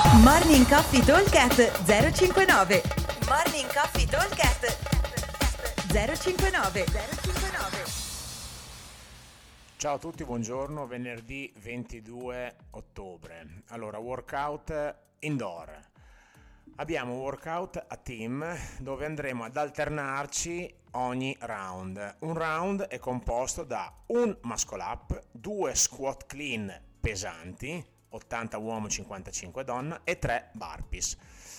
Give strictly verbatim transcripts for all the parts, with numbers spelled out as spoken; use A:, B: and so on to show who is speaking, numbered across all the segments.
A: Morning Coffee Talk zero cinquantanove. Morning Coffee Talk zero cinquantanove.
B: Ciao a tutti, buongiorno, venerdì ventidue ottobre. Allora, workout indoor. Abbiamo un workout a team dove andremo ad alternarci ogni round. Un round è composto da un muscle up, due squat clean pesanti, ottanta uomo, cinquantacinque donna, e tre burpees.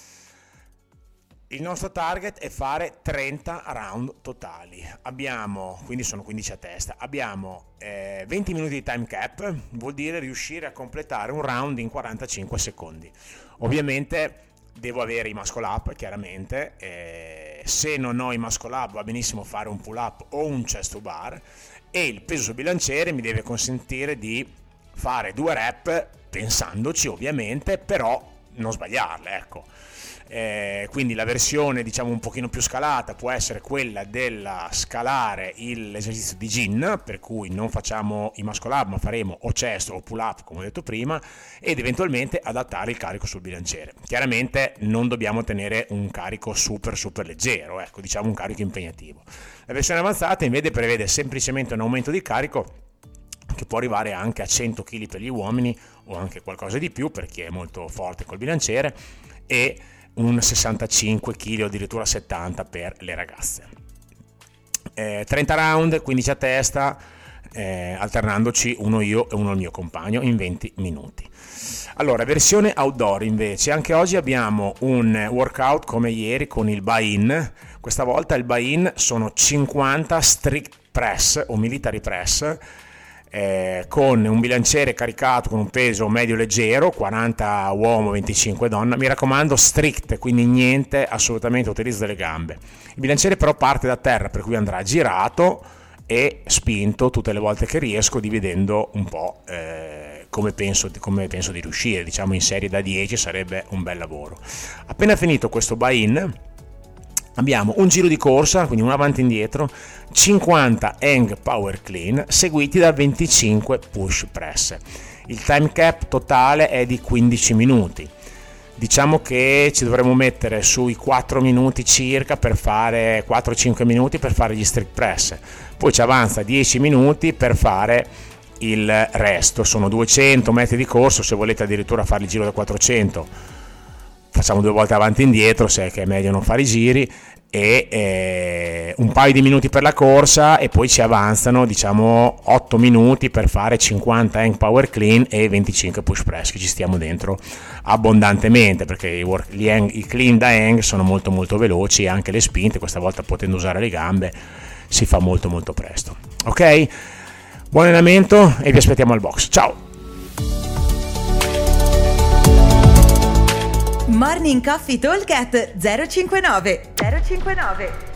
B: Il nostro target è fare trenta round totali. Abbiamo, quindi sono quindici a testa, abbiamo eh, venti minuti di time cap, vuol dire riuscire a completare un round in quarantacinque secondi. Ovviamente devo avere i muscle up, chiaramente, eh, se non ho i muscle up va benissimo fare un pull up o un chest to bar, e il peso sul bilanciere mi deve consentire di fare due rep pensandoci, ovviamente, però non sbagliarle, ecco. Eh, quindi la versione, diciamo, un pochino più scalata può essere quella della scalare il, l'esercizio di gin, per cui non facciamo i muscle up ma faremo o chest o pull up, come ho detto prima, ed eventualmente adattare il carico sul bilanciere. Chiaramente non dobbiamo tenere un carico super super leggero, ecco, diciamo un carico impegnativo. La versione avanzata invece prevede semplicemente un aumento di carico che può arrivare anche a cento chili per gli uomini o anche qualcosa di più per chi è molto forte col bilanciere, e un sessantacinque chili o addirittura settanta per le ragazze. Eh, trenta round, quindici a testa, eh, alternandoci uno io e uno il mio compagno in venti minuti. Allora, versione outdoor invece, anche oggi abbiamo un workout come ieri con il buy-in. Questa volta il buy-in sono cinquanta strict press o military press, Eh, con un bilanciere caricato con un peso medio leggero, quaranta uomo, venticinque donna. Mi raccomando, strict, quindi niente assolutamente utilizzo delle gambe. Il bilanciere però parte da terra, per cui andrà girato e spinto tutte le volte che riesco, dividendo un po' eh, come, penso, come penso di riuscire. Diciamo in serie da dieci sarebbe un bel lavoro. Appena finito questo buy-in abbiamo un giro di corsa, quindi un avanti e indietro, cinquanta hang power clean seguiti da venticinque push press. Il time cap totale è di quindici minuti. Diciamo che ci dovremmo mettere sui quattro minuti circa per fare quattro cinque minuti per fare gli strict press. Poi ci avanza dieci minuti per fare il resto. Sono duecento metri di corso, se volete addirittura fare il giro da quattrocento. Facciamo due volte avanti e indietro, se è che è meglio non fare i giri, e eh, un paio di minuti per la corsa, e poi ci avanzano, diciamo, otto minuti per fare cinquanta hang power clean e venticinque push press, che ci stiamo dentro abbondantemente, perché i, work, gli hang, i clean da hang sono molto molto veloci, e anche le spinte, questa volta potendo usare le gambe, si fa molto molto presto. Ok? Buon allenamento e vi aspettiamo al box. Ciao!
A: Morning Coffee Talk zero cinquantanove.